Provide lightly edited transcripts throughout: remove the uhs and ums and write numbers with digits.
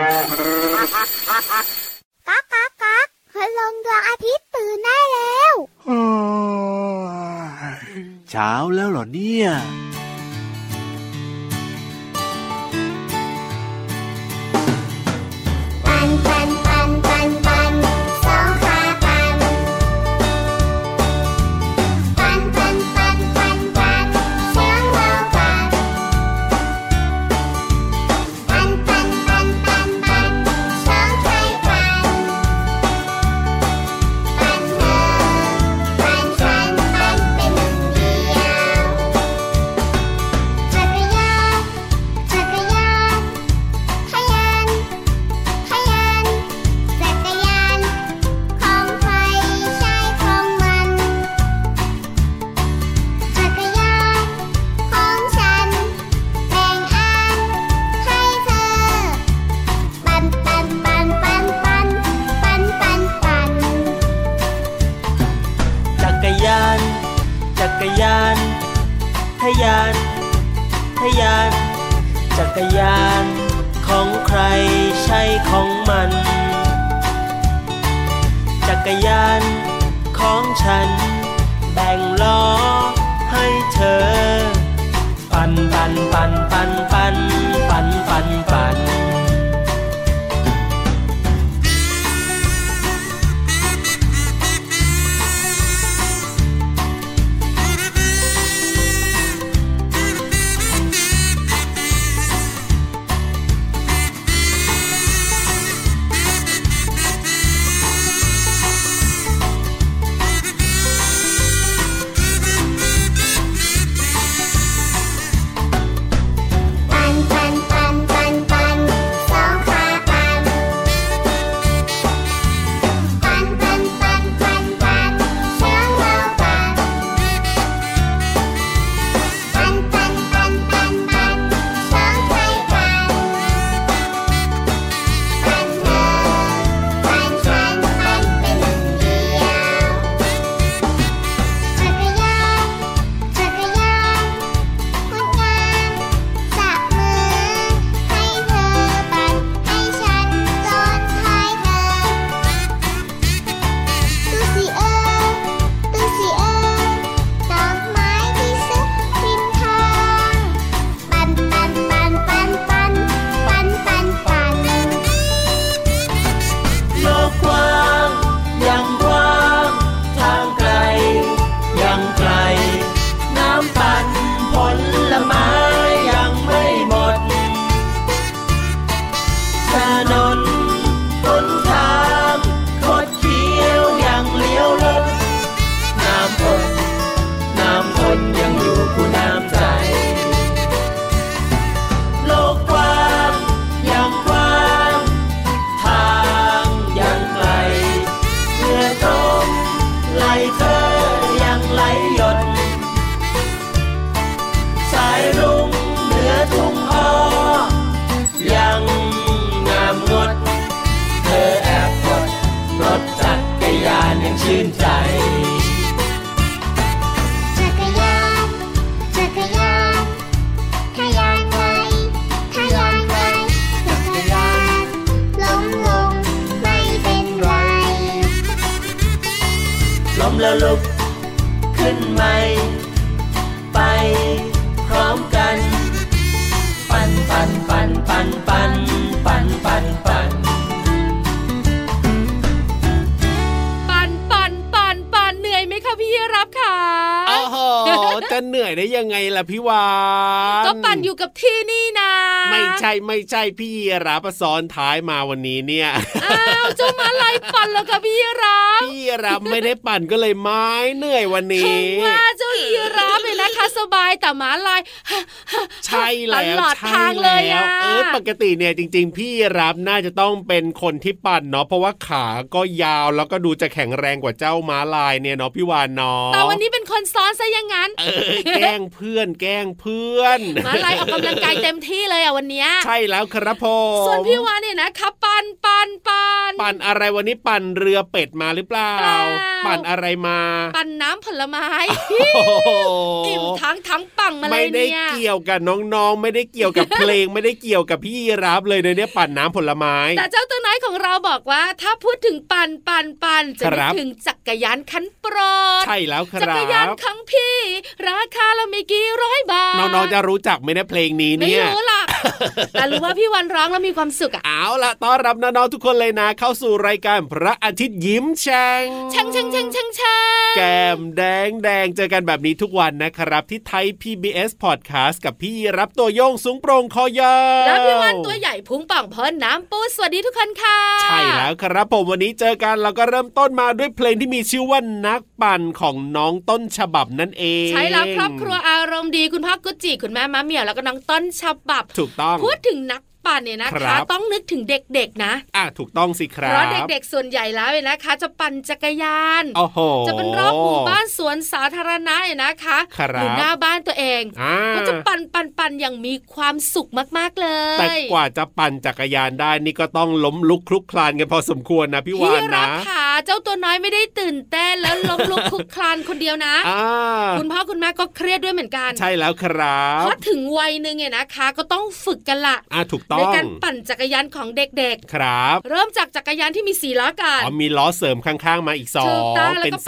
ก๊ากก๊ากก๊ากพลังดวงอาทิตย์ตื่นได้แล้วเช้าแล้วเหรอเนี่ยปันปันปันปันปันสองขาปันปันปันปันปันปันเสียงเราปันปันปันปันปันปันสองใจปันปันเธอปันฉันปันเป็นหนึ่งเดียวจักรยานจักรยานขยันขยันจักรยานของใครใช้ของมันจักรยานของฉันแบ่งอันให้เธอปันปันปันปันปันปันปันปันจักรยานจักรยานทะยานทะยานจักรยานของใครใช่ของมันจักรยานของฉันแบ่งล้อให้เธอปันปันปันปันปันปันปันปันปันปันปันปันปันสองขาปันปันปันปันปันปันเสียงเราปันปันปันปันปันปันสองใจปันปันเธอปันฉันปันเป็นหนึ่งเดียวจักรยานจักรยานคนงานจับมือให้เธอปันให้ฉันซ้อนท้ายเธอดูสิดูสิดอกไม้ที่ซื้อริมทางปันปันปันปันปันปันปันปันโลกกว้างยังกว้างทางไกลยังไกลน้ำปั่นผลไม้ยังไม่หมดถนนหนทางคดเคี้ยวยังเลี้ยวรถน้ำทนยังอยู่คู่น้ำใจโลกกว้างยังกว้างทางยังไกลเมื่อตมไหลเธอยังไหลหยดสายรุ้งเหนือทุ่งอ้อยังงามงดเธอแอบกดรถจักรยานยังชื่นใจจักรยานจักรยานทะยานไกลทะยานไกลจักรยานล้มลงไม่เป็นไรล้มแล้วลุกขึ้นใหม่ไปพร้อมกันปันปันปันปันปันปันปันปันปันปันปันปันเหนื่อยไหมคะพี่รับค่ะโอ้โหจะเหนื่อยได้ยังไงล่ะพี่วานก็ปั่นอยู่กับที่นี่นะไม่ใช่พี่รับซ้อนท้ายมาวันนี้เนี่ยอ้าวเจ้ามาลายปั่นแล้วค่ะพี่รับพี่รับไม่ได้ปั่นก็เลยไม่เหนื่อยวันนี้ว่าเจ้ายีราฟเลยนะคะสบายแต่หมาลายใช่แล้วตลอดทางเลยอะปกติเนี่ยจริงๆพี่รับน่าจะต้องเป็นคนที่ปั่นเนาะเพราะว่าขาก็ยาวแล้วก็ดูจะแข็งแรงกว่าเจ้าม้าลายเนี่ยเนาะพี่วานเนาะแต่วันนี้เป็นคนซ้อนซะอย่างนั้นแกล้งเพื่อนหมาลายออกกำลังกายเต็มที่เลยอ่ะวันเนี้ยใช่แล้วครับผมส่วนพี่วานเนี่ยนะคะปั่นปั่นอะไรวันนี้ปั่นเรือเป็ดมาหรือเปล่าปั่นอะไรมาปั่นน้ำผลไม้อิ่มทั้งปังมาเลยเนี่ยไม่ได้เกี่ยวกับน้องๆไม่ได้เกี่ยวกับเพลงไม่ได้เกี่ยวกับพี่รับเลยเนี่ยปั่นน้ำผลไม้แต่เจ้าตัวน้อยของเราบอกว่าถ้าพูดถึงปั่นจะนึกถึงจักรยานคันโปรดใช่แล้วครับจักรยานของพี่ราคาละไม่กี่ร้อยบาทน้องๆจะรู้จักไหมเนี่ยเพลงนี้เนี่ยไม่รู้ล่ะแต่รู้ว่าพี่วันร้องแล้วมีความสุขเอาล่ะต้อนรับน้องๆทุกคนเลยนะเข้าสู่รายการพระอาทิตย์ยิ้มแฉ่งแก้มแดงเจอกันแบบนี้ทุกวันนะครับที่ไทย PBS Podcast กับพี่รับตัวโยงสูงโปร่งคอยาวแล้วพี่วันตัวใหญ่พุงป่องพ้นน้ำปูสวัสดีทุกคนค่ะใช่แล้วครับผมวันนี้เจอกันเราก็เริ่มต้นมาด้วยเพลงที่มีชื่อว่านักปั่นของน้องต้นฉบับนั่นเองใช่แล้วครอบครัวอารมณ์ดีคุณพ่อกุจิคุณแม่มะเหมี่ยวแล้วก็น้องต้นฉบับถูกต้องพูดถึงนักปั่นเนี่ยนะคะต้องนึกถึงเด็กๆนะถูกต้องสิครับเพราะเด็กๆส่วนใหญ่แล้วเนี่ยนะคะจะปั่นจักรยานจะเป็นรอบหมู่บ้านสวนสาธารณะเนี่ยนะคะอยู่หน้าบ้านตัวเองก็จะปั่นอย่างมีความสุขมากๆเลยแต่กว่าจะปั่นจักรยานได้นี่ก็ต้องล้มลุกคลุกคลานกันพอสมควรนะพี่วานนะพี่ค่ะเจ้าตัวน้อยไม่ได้ตื่นเต้นแล้วล้มลุกคลุกคลานคนเดียวนะคุณพ่อคุณแม่ก็เครียดด้วยเหมือนกันใช่แล้วครับเพราะถึงวัยนึงเนี่ยนะคะก็ต้องฝึกกันละถูกต้องในการปั่นจักรยานของเด็กๆครับเริ่มจากจักรยานที่มี4ล้อกันมีล้อเสริมข้างๆมาอีก2เป็น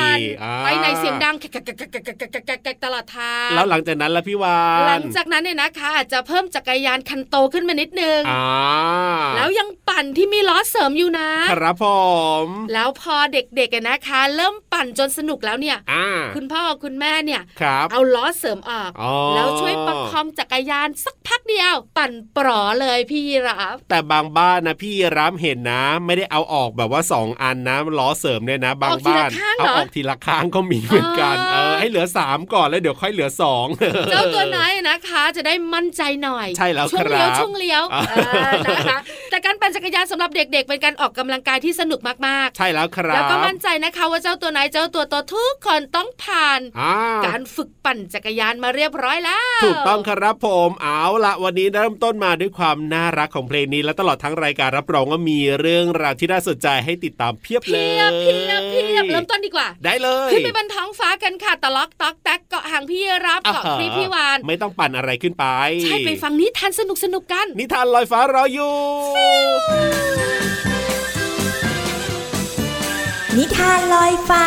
4ไปในเสียงดังตลอดทางแล้วหลังจากนั้นล่ะพี่วานหลังจากนั้นเนี่ยนะคะอาจจะเพิ่มจักรยานคันโตขึ้นมานิดนึงแล้วยังปั่นที่มีล้อเสริมอยู่นะครับผมแล้วพอเด็กๆนะคะเริ่มปั่นจนสนุกแล้วเนี่ยคุณพ่อคุณแม่เนี่ยเอาล้อเสริมออกแล้วช่วยประคองจักรยานสักพักเดียวปั่นปลอเลยพี่รับแต่บางบ้านนะพี่รับเห็นนะไม่ได้เอาออกแบบว่า2อันนะล้อเสริมเนี่ยนะบางบ้านเอาออกทีละข้างก็มีเหมือนกันให้เหลือ3ก่อนแล้วเดี๋ยวค่อยเหลือ2 เจ้าตัวไหนนะคะจะได้มั่นใจหน่อยใช่แล้วช่วงเลี้ยวนะคะแต่การปั่นจักรยานสำหรับเด็กๆเป็นการออกกำลังกายที่สนุกมากๆใช่แล้วครับแล้วก็มั่นใจนะคะว่าเจ้าตัวไหนเจ้าตัวโตทุกคนต้องผ่านการฝึกปั่นจักรยานมาเรียบร้อยแล้วถูกต้องครับผมเอาละวันนี้เริ่มต้นมาด้วยความน่ารักของเพลงนี้และตลอดทั้งรายการรับรองว่ามีเรื่องราวที่น่าสนใจให้ติดตามเพียบเลยเพียบเริ่มต้นดีกว่าได้เลยขึ้นไปบนท้องฟ้ากันค่ะตะล็อกต๊อกแต๊กเกาะหางพี่รับเกาะพี่วานไม่ต้องปั่นอะไรขึ้นไปใช่ไปฟังนิทานสนุกกันนิทานลอยฟ้ารออยู่นิทานลอยฟ้า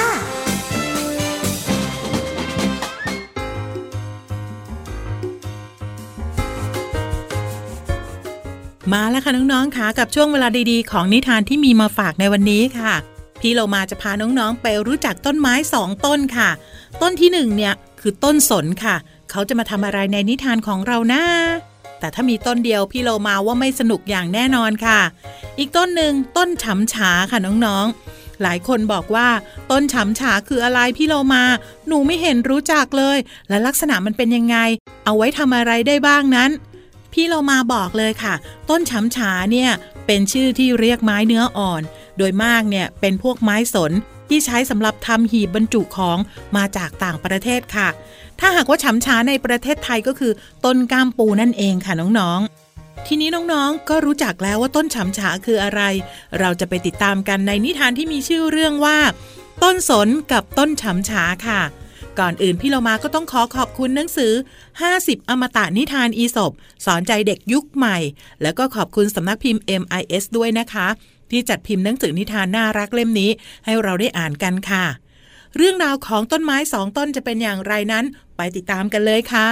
มาแล้วค่ะน้องๆค่ะกับช่วงเวลาดีๆของนิทานที่มีมาฝากในวันนี้ค่ะพี่เรามาจะพาน้องๆไปรู้จักต้นไม้2ต้นค่ะต้นที่1เนี่ยคือต้นสนค่ะเขาจะมาทำอะไรในนิทานของเรานะแต่ถ้ามีต้นเดียวพี่เรามาว่าไม่สนุกอย่างแน่นอนค่ะอีกต้นหนึ่งต้นฉำฉาค่ะน้องๆหลายคนบอกว่าต้นฉำฉาคืออะไรพี่เรามาหนูไม่เห็นรู้จักเลยและลักษณะมันเป็นยังไงเอาไว้ทำอะไรได้บ้างนั้นพี่เรามาบอกเลยค่ะต้นฉำฉาเนี่ยเป็นชื่อที่เรียกไม้เนื้ออ่อนโดยมากเนี่ยเป็นพวกไม้สนที่ใช้สำหรับทำหีบบรรจุของมาจากต่างประเทศค่ะถ้าหากว่าฉำฉาในประเทศไทยก็คือต้นก้ามปูนั่นเองค่ะน้องๆทีนี้น้องๆก็รู้จักแล้วว่าต้นฉำฉาคืออะไรเราจะไปติดตามกันในนิทานที่มีชื่อเรื่องว่าต้นสนกับต้นฉำฉาค่ะก่อนอื่นพี่เรามาก็ต้องขอบคุณหนังสือ50อมตะนิทานอีสปสอนใจเด็กยุคใหม่แล้วก็ขอบคุณสำนักพิมพ์ MIS ด้วยนะคะที่จัดพิมพ์หนังสือนิทานน่ารักเล่มนี้ให้เราได้อ่านกันค่ะเรื่องราวของต้นไม้2ต้นจะเป็นอย่างไรนั้นไปติดตามกันเลยค่ะ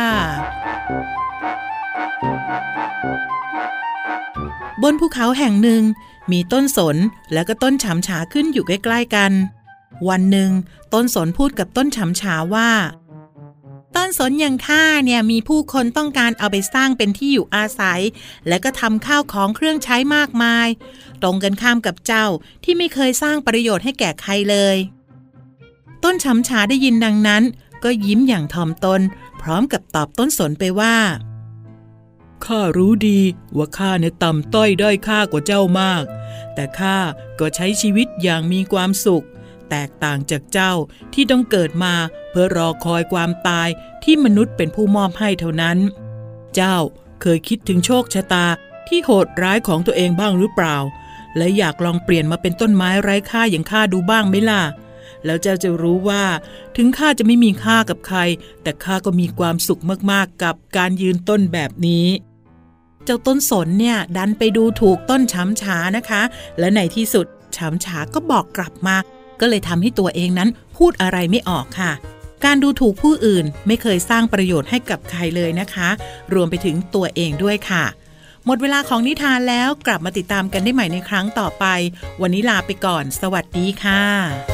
บนภูเขาแห่งหนึ่งมีต้นสนและก็ต้นฉำฉาขึ้นอยู่ใกล้ๆกันวันหนึ่งต้นสนพูดกับต้นฉำฉาว่าต้นสนอย่างข้าเนี่ยมีผู้คนต้องการเอาไปสร้างเป็นที่อยู่อาศัยและก็ทำข้าวของเครื่องใช้มากมายตรงกันข้ามกับเจ้าที่ไม่เคยสร้างประโยชน์ให้แก่ใครเลยต้นฉำฉาได้ยินดังนั้นก็ยิ้มอย่างถ่อมตนพร้อมกับตอบต้นสนไปว่าข้ารู้ดีว่าข้าเนี่ยต่ำต้อยด้อยค่ากว่าเจ้ามากแต่ข้าก็ใช้ชีวิตอย่างมีความสุขแตกต่างจากเจ้าที่ต้องเกิดมาเพื่อรอคอยความตายที่มนุษย์เป็นผู้มอบให้เท่านั้นเจ้าเคยคิดถึงโชคชะตาที่โหดร้ายของตัวเองบ้างหรือเปล่าและอยากลองเปลี่ยนมาเป็นต้นไม้ไร้ค่าอย่างข้าดูบ้างไหมล่ะแล้วเจ้าจะรู้ว่าถึงข้าจะไม่มีค่ากับใครแต่ข้าก็มีความสุขมากๆกับการยืนต้นแบบนี้เจ้าต้นสนเนี่ยดันไปดูถูกต้นฉำฉานะคะและในที่สุดฉำฉาก็บอกกลับมาก็เลยทำให้ตัวเองนั้นพูดอะไรไม่ออกค่ะการดูถูกผู้อื่นไม่เคยสร้างประโยชน์ให้กับใครเลยนะคะรวมไปถึงตัวเองด้วยค่ะหมดเวลาของนิทานแล้วกลับมาติดตามกันได้ใหม่ในครั้งต่อไปวันนี้ลาไปก่อนสวัสดีค่ะ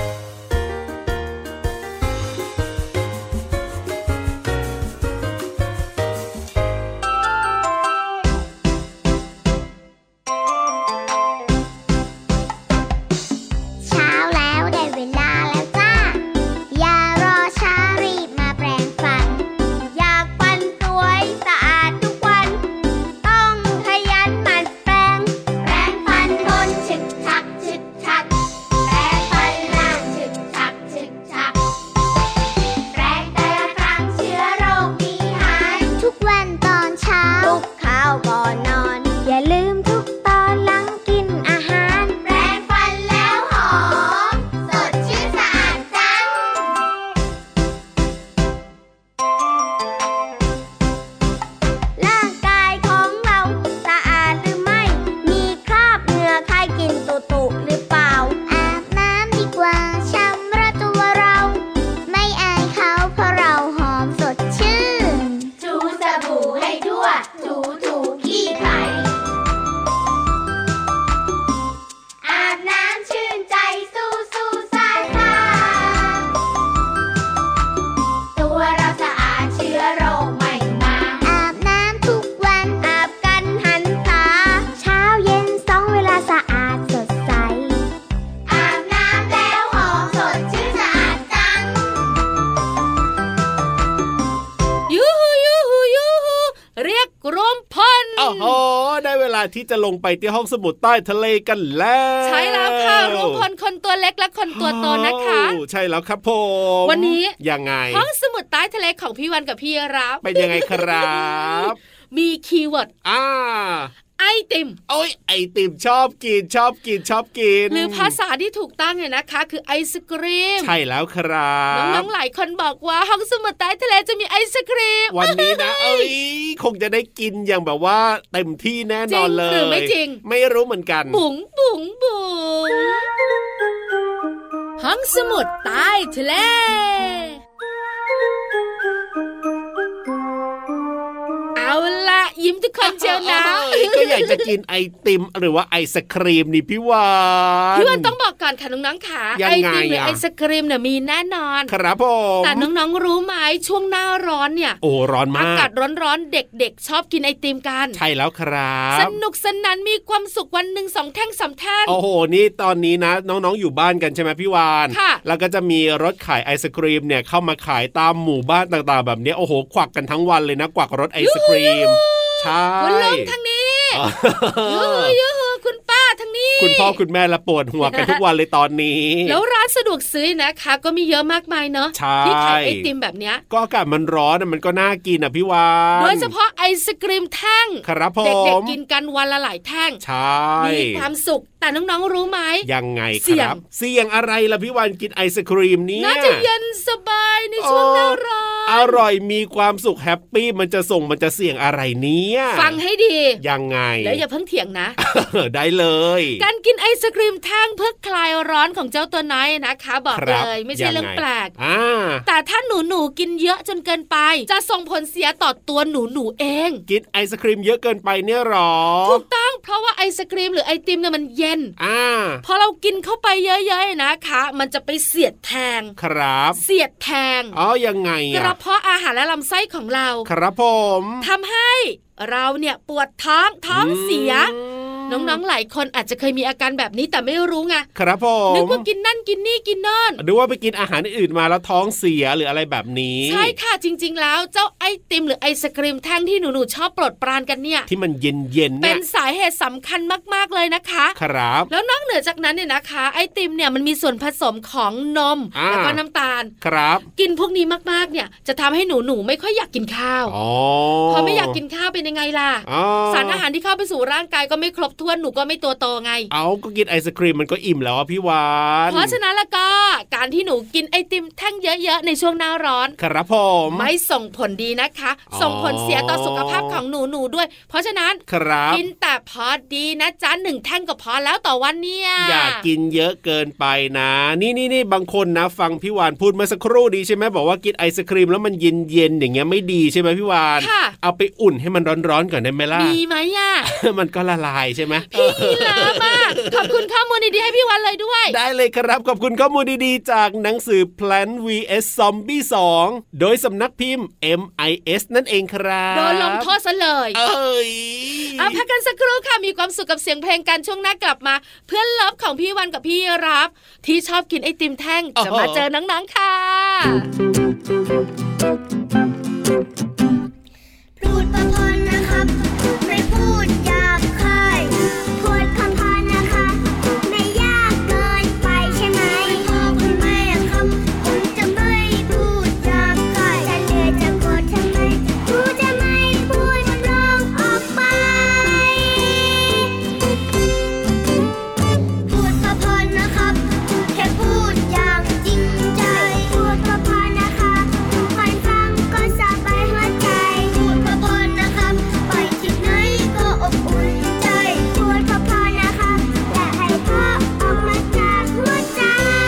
ที่จะลงไปที่ห้องสมุดใต้ทะเลกันแล้วใช่แล้วค่ะร่วมพลคนตัวเล็กและคนตัวโตนะคะใช่แล้วครับผมวันนี้ยังไงห้องสมุดใต้ทะเลของพี่วันกับพี่รับเป็นยังไงครับมีคีย์เวิร์ดไอติมโอ้ยไอติมชอบกินหรือภาษาที่ถูกต้องเนี่ยนะคะคือไอศกรีมใช่แล้วครับน้องๆหลายคนบอกว่าห้องสมุดใต้ทะเลจะมีไอศกรีมวันนี้นะคงจะได้กินอย่างแบบว่าเต็มที่แน่นอนเลยจริงหรือไม่จริงไม่รู้เหมือนกันบุ๋งห้องสมุดใต้ทะเลเอาล่ะยิ้มทุกคนเชียวนะก็อยากจะกินไอติมหรือว่าไอศครีมนี่พี่วานต้องบอกก่อนค่ะน้องๆค่ะไอติมหรือไอศครีมเนี่ยมีแน่นอนครับผมแต่น้องๆรู้ไหมช่วงหน้าร้อนเนี่ยโอ้ร้อนมากอากาศร้อนๆเด็กๆชอบกินไอติมกันใช่แล้วครับสนุกสนานมีความสุขวันนึง2 แท่ง 3 แท่งโอ้โหนี่ตอนนี้นะน้องๆอยู่บ้านกันใช่ไหมพี่วานแล้วก็จะมีรถขายไอศครีมเนี่ยเข้ามาขายตามหมู่บ้านต่างๆแบบนี้โอ้โหควักกันทั้งวันเลยนะกวักรถไอศครีมใช่คุณลุงทางนี้ยูหูคุณป้าทางนี้คุณพ่อคุณแม่ละปวดหัวกันทุกวันเลยตอนนี้แล้วร้านสะดวกซื้อนะคะก็มีเยอะมากมายเนอะที่ขายไอติมแบบเนี้ยก็อากาศมันร้อนมันก็น่ากินอ่ะพี่วานโดยเฉพาะไอศกรีมแท่งครับผมเด็กๆกินกันวันละหลายแท่งใช่มีความสุขแต่น้องๆรู้ไหมยังไงครับเสี่ยงอะไรล่ะพี่วานกินไอศกรีมนี้น่าจะเย็นสบายในช่วงหน้าร้อนอร่อยมีความสุขแฮปปี้มันจะเสี่ยงอะไรเนี่ยฟังให้ดียังไงแล้วอย่าเพิ่งเถียงนะได้เลยการกินไอศกรีมแท่งเพื่อคลายร้อนของเจ้าตัวน้อยนะคะบอกเลยไม่ใช่เรื่องแปลกแต่ถ้าหนูกินเยอะจนเกินไปจะส่งผลเสียต่อตัวหนูเองกินไอศกรีมเยอะเกินไปเนี่ยหรอถูกต้องเพราะว่าไอศกรีมหรือไอติมเนี่ยมันเย็นพอเรากินเข้าไปเยอะๆนะคะมันจะไปเสียดแทงครับเสียดแทงยังไงกระเพาะอาหารและลำไส้ของเราครับผมทำให้เราเนี่ยปวดท้องเสียน้องๆหลายคนอาจจะเคยมีอาการแบบนี้แต่ไม่รู้ไงครับผมนึกว่ากินนั่นกินนี่กินนั่นนึกว่าไปกินอาหารอื่นมาแล้วท้องเสียหรืออะไรแบบนี้ใช่ค่ะจริงๆแล้วเจ้าไอติมหรือไอศกรีมแท่งที่หนูชอบโปรดปรานกันเนี่ยที่มันเย็นๆเป็นสาเหตุสำคัญมากๆเลยนะคะครับแล้วนอกเหนือจากนั้นเนี่ยนะคะไอติมเนี่ยมันมีส่วนผสมของนมแล้วก็น้ำตาลครับกินพวกนี้มากๆเนี่ยจะทำให้หนูไม่ค่อยอยากกินข้าวพอไม่อยากกินข้าวเป็นยังไงล่ะสารอาหารที่เข้าไปสู่ร่างกายก็ไม่ครบถ้วนหนูก็ไม่ตัวโตไงเอาก็กินไอศกรีมมันก็อิ่มแล้วอ่ะพี่วานเพราะฉะนั้นแล้วก็การที่หนูกินไอติมแท่งเยอะๆในช่วงหน้าร้อนครับผมไม่ส่งผลดีนะคะส่งผลเสียต่อสุขภาพของหนูด้วยเพราะฉะนั้นกินแต่พอดีนะจ๊ะ1แท่งก็พอแล้วต่อวันเนี่ยอย่ากินเยอะเกินไปนะนี่บางคนนะฟังพี่วานพูดเมื่อสักครู่ดีใช่ไหมบอกว่ากินไอศกรีมแล้วมันเย็นอย่างเงี้ยไม่ดีใช่ไหมพี่วานเอาไปอุ่นให้มันร้อนๆก่อนได้ไหมล่ะมีไหมอ่ะมันก็ละลายใช่ไหมพี่ลามากขอบคุณข้อมูลดีๆให้พี่วานเลยด้วยได้เลยครับขอบคุณข้อมูลดีๆจากหนังสือ Plant vs Zombie 2โดยสำนักพิมพ์ MIS นั่นเองครับโดนลงโทษซะเลยพักกันสักครู่ค่ะมีความสุขกับเสียงเพลงกันช่วงหน้ากลับมาเพื่อนเลิฟของพี่วันกับพี่รับที่ชอบกินไอติมแท่งจะมาเจอน้องๆค่ะพูดพอๆนะครับไม่พูดหยาบคายพูดพอๆนะคะไม่ยากเกินไปใช่ไหมพ่อคุณแม่ครับผมจะไม่พูดหยาบคายจะเหนื่อยจะโกรธทำไมกูจะไม่พูดร้องออกไปพูดพอๆนะครับแค่พูดอย่างจริงใจพูดพอๆนะคะคนฟังก็สบายหัวใจพูดพอๆนะครับไปที่ไหนก็อบอุ่นใจพูดพอๆนะคะแต่ให้พ่อออกมาจากหัวใจ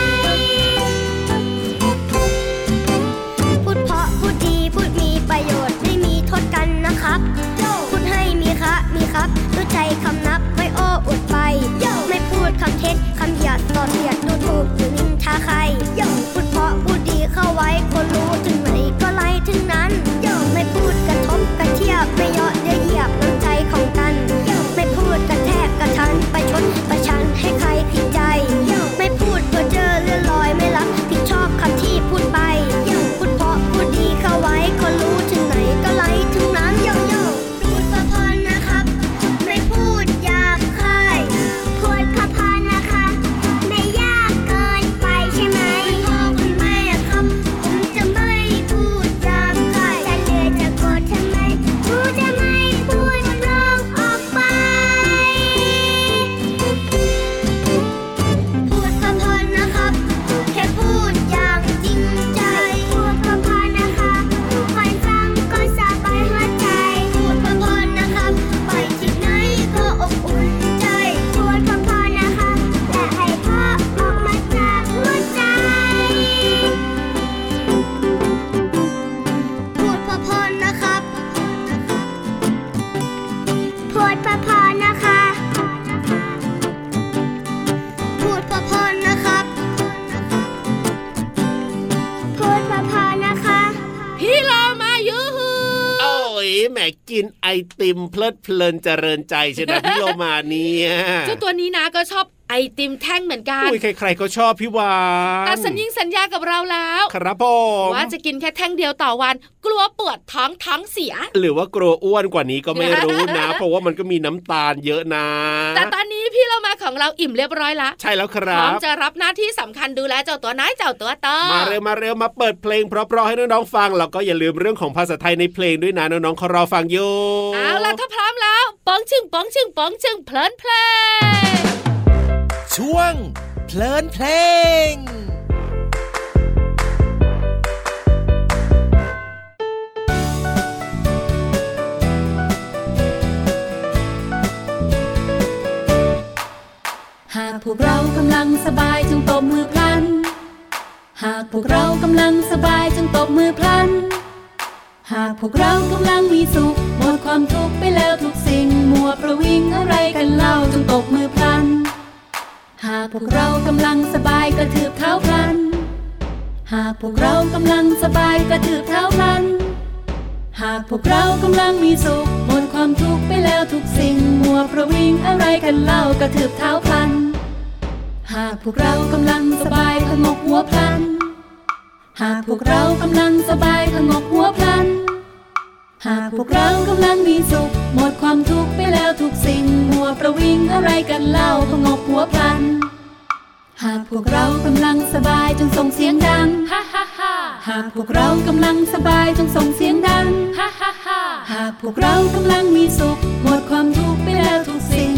พูดเพราะพูดดีพูดมีประโยชน์ไม่มีโทษกันนะครับพูดให้มีคะมีครับรู้ใจคำนับไม่โอ้อวดไปไม่พูดคำเท็จคำหยาดต่อเสียดดูถูกหรือนินทาใครพูดเพราะพูดดีเข้าไว้คนรู้ถึงไหนก็ไล่ถึงนั้นไม่พูดกระทบกระเทียบไม่เยาะเย้ยเหยียบน้ำใจของกันไม่พูดกระแทกกระทันไปชดประชันให้ใครผิดใจไม่พูดเพ้อเจ้อเลื่อนลอยไม่รับผิดชอบคำที่พูดไปพูดเพราะพูดดีเข้าไว้คนรู้ถึงไหนก็ไล่ถึงนั้นพูดพอๆนะครับไม่พูดหยาบคายพูดพอๆนะคะไม่ยากเกินไปใช่ไหมพ่อคุณแม่ครับผมจะไม่พูดหยาบคายจะเหนื่อยจะโกรธทำไมกูจะไม่พูดร้องออกไปพูดพอๆนะครับแค่พูดอย่างจริงใจพูดพอๆนะคะคนฟังก็สบายหัวใจพูดพอๆนะครับไปที่ไหนก็อบอุ่นใจพูดพอๆนะคะแต่ให้พ่อออกมาจากหัวใจพูดพอๆนะครับพูดพอๆนะคะพูดพอๆนะครับพูดพอๆนะคะพี่เรามายูฮูโอ้ยแหมกินไอติมเพลิดเพลินเจริญใจใช่ไหมพี่โลมาเนี่ยเจ้าตัวนี้นะก็ชอบไอติมแท่งเหมือนกันอุ้ยใครๆก็ชอบพี่วานแต่สัญญากับเราแล้วครับผมว่าจะกินแค่แท่งเดียวต่อวันกลัวปวดท้องเสียหรือว่ากลัวอ้วนกว่านี้ก็ไม่รู้นะ เพราะว่ามันก็มีน้ำตาลเยอะนะแต่ตอนนี้พี่เรามาของเราอิ่มเรียบร้อยแล้วใช่แล้วครับพร้อมจะรับหน้าที่สำคัญดูแลเจ้าตัวน้อยเจ้าตัวโตมาเร็วมาเปิดเพลงเพราะๆให้น้องๆฟังแล้วก็อย่าลืมเรื่องของภาษาไทยในเพลงด้วยนะน้องๆเขารอฟังอยู่เอาล่ะถ้าพร้อมแล้วป๋องชึ่งเพลินเพลงช่วงเพลินเพลงหากพวกเรากำลังสบายจงตบมือพลันหากพวกเรากำลังสบายจงตบมือพลันหากพวกเรากำลังมีสุขหมดความทุกข์ไปแล้วทุกสิ่งมัวประวิงอะไรกันเล่าจงตบมือพลันหากพวกเรากำลังสบายกระทืบเท้าพลันหากพวกเรากำลังสบายกระทืบเท้าพลันหากพวกเรากำลังมีสุขหมดความทุกข์ไปแล้วทุกสิ่งมัวประวิงอะไรกันเล่ากระทืบเท้าพลันหากพวกเรากำลังสบายผงกหัวพลันหากพวกเรากำลังสบายผงกหัวพลันหากพวกเรากำลังมีสุขหมดความทุกข์ไปแล้วทุกสิ่งมัวประวิงอะไรกันเล่าผงกหัวพลันหากพวกเรากำลังสบายจงส่งเสียงดังฮ่าฮ่าฮ่าหากพวกเรากำลังสบายจงส่งเสียงดังฮ่าฮ่าฮ่าหากพวกเรากำลังมีสุขหมดความทุกข์ไปแล้วทุกสิ่งมัว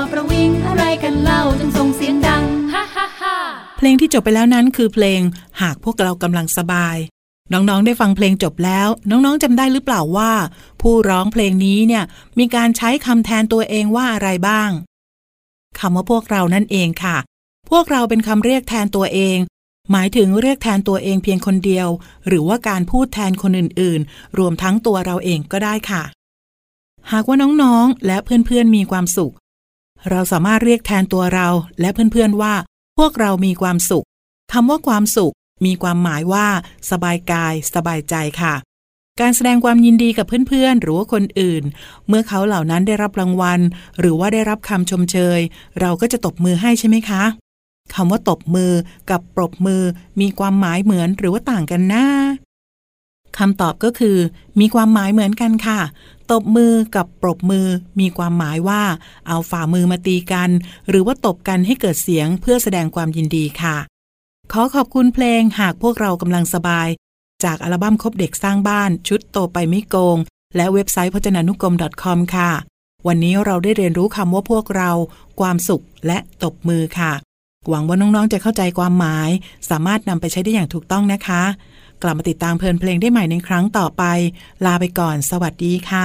ประวิงอะไรกันเล่าจึงส่งเสียงดังฮ่าฮ่าฮ่าเพลงที่จบไปแล้วนั้นคือเพลงหากพวกเรากำลังสบายน้องๆได้ฟังเพลงจบแล้วน้องๆจำได้หรือเปล่าว่าผู้ร้องเพลงนี้เนี่ยมีการใช้คำแทนตัวเองว่าอะไรบ้างคำว่าพวกเรานั่นเองค่ะพวกเราเป็นคำเรียกแทนตัวเองหมายถึงเรียกแทนตัวเองเพียงคนเดียวหรือว่าการพูดแทนคนอื่นๆรวมทั้งตัวเราเองก็ได้ค่ะหากว่าน้องๆและเพื่อนๆมีความสุขเราสามารถเรียกแทนตัวเราและเพื่อนๆว่าพวกเรามีความสุขคำว่าความสุขมีความหมายว่าสบายกายสบายใจค่ะการแสดงความยินดีกับเพื่อนๆหรือว่าคนอื่นเมื่อเขาเหล่านั้นได้รับรางวัลหรือว่าได้รับคำชมเชยเราก็จะตบมือให้ใช่ไหมคะคำว่าตบมือกับปรบมือมีความหมายเหมือนหรือว่าต่างกันนะคำตอบก็คือมีความหมายเหมือนกันค่ะตบมือกับปรบมือมีความหมายว่าเอาฝ่ามือมาตีกันหรือว่าตบกันให้เกิดเสียงเพื่อแสดงความยินดีค่ะขอขอบคุณเพลงหากพวกเรากำลังสบายจากอัลบั้มคบเด็กสร้างบ้านชุดโตไปไม่โกงและเว็บไซต์พจนานุกรม .com ค่ะวันนี้เราได้เรียนรู้คำว่าพวกเราความสุขและตบมือค่ะหวังว่าน้องๆจะเข้าใจความหมายสามารถนำไปใช้ได้อย่างถูกต้องนะคะกลับมาติดตามเพลินเพลงได้ใหม่ในครั้งต่อไปลาไปก่อนสวัสดีค่ะ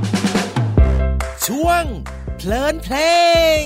ช่วงเพลินเพลง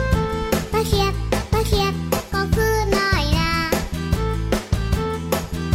ป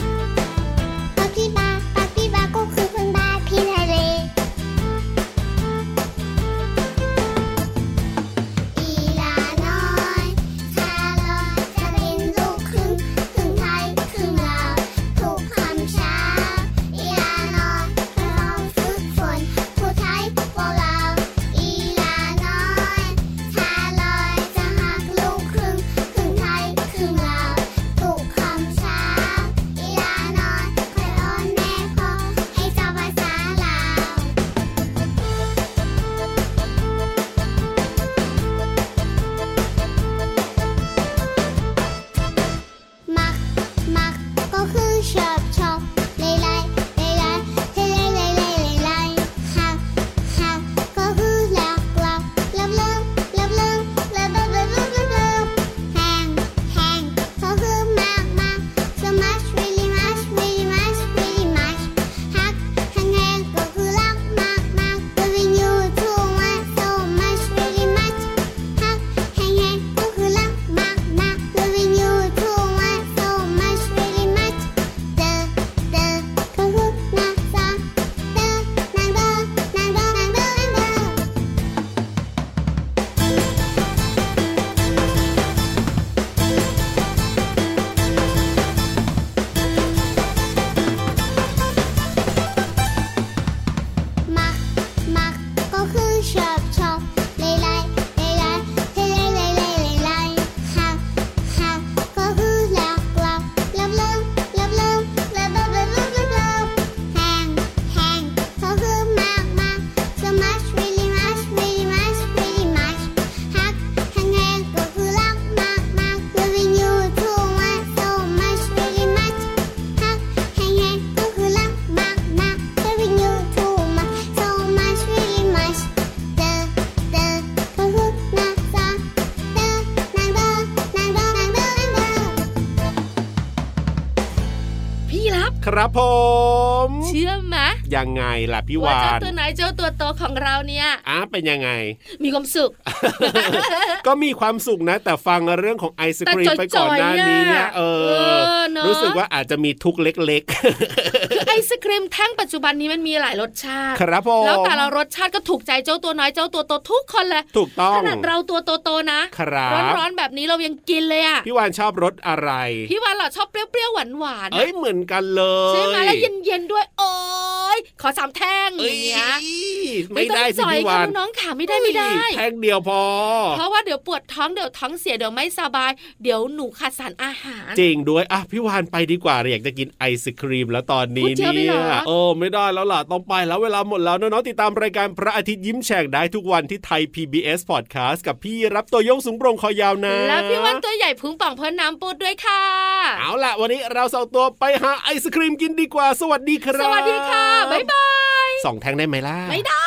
พี่รับครับผมเชื่อไหมยังไงล่ะพี่วานว่าเจ้าตัวไหนเจ้าตัวโตของเราเนี่ยเป็นยังไงมีความสุขก็มีความสุขนะแต่ฟังเรื่องของไอศกรีมไปก่อนหน้านี้เนี่ยรู้สึกว่าอาจจะมีทุกข์เล็กๆคือไอศกรีมแท่งปัจจุบันนี้มันมีหลายรสชาติครับผมแล้วแต่ละรสชาติก็ถูกใจเจ้าตัวน้อยเจ้าตัวโตทุกคนเลยถูกต้องขนาดเราตัวโตๆนะร้อนๆแบบนี้เรายังกินเลยอ่ะพี่วานชอบรสอะไรพี่วานเหรอชอบเปรี้ยวๆหวานๆเหมือนกันเลยใช่ไหมแล้วเย็นๆด้วยโอ๊ยขอ3แท่งอย่างเงี้ยไม่ได้สิพี่วานน้องขาไม่ได้แท่งเดียวพอเพราะว่าเดี๋ยวปวดท้องเดี๋ยวท้องเสียเดี๋ยวไม่สบายเดี๋ยวหนูขาดสารอาหารจริงด้วยพี่วานไปดีกว่าอยากจะกินไอศกรีมแล้วตอนนี้เนี่ยไม่ได้แล้วล่ะต้องไปแล้วเวลาหมดแล้วน้องๆติดตามรายการพระอาทิตย์ยิ้มแฉ่งได้ทุกวันที่ไทย PBS Podcast กับพี่รับตัวโยงสูงโปร่งคอยาวนะและพี่วานตัวใหญ่พุงป่องเพิ่นน้ำปูดด้วยค่ะเอาล่ะวันนี้เราส่งตัวไปหาไอศกรีมกินดีกว่าสวัสดีครับสวัสดีค่ะบ๊ายบาย 2 แท่งได้ไหมล่ะไม่ได้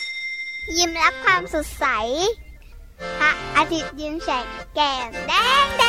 ยิ้มรับความสดใสพระอาทิตย์ยิ้มแฉกแก้มแดง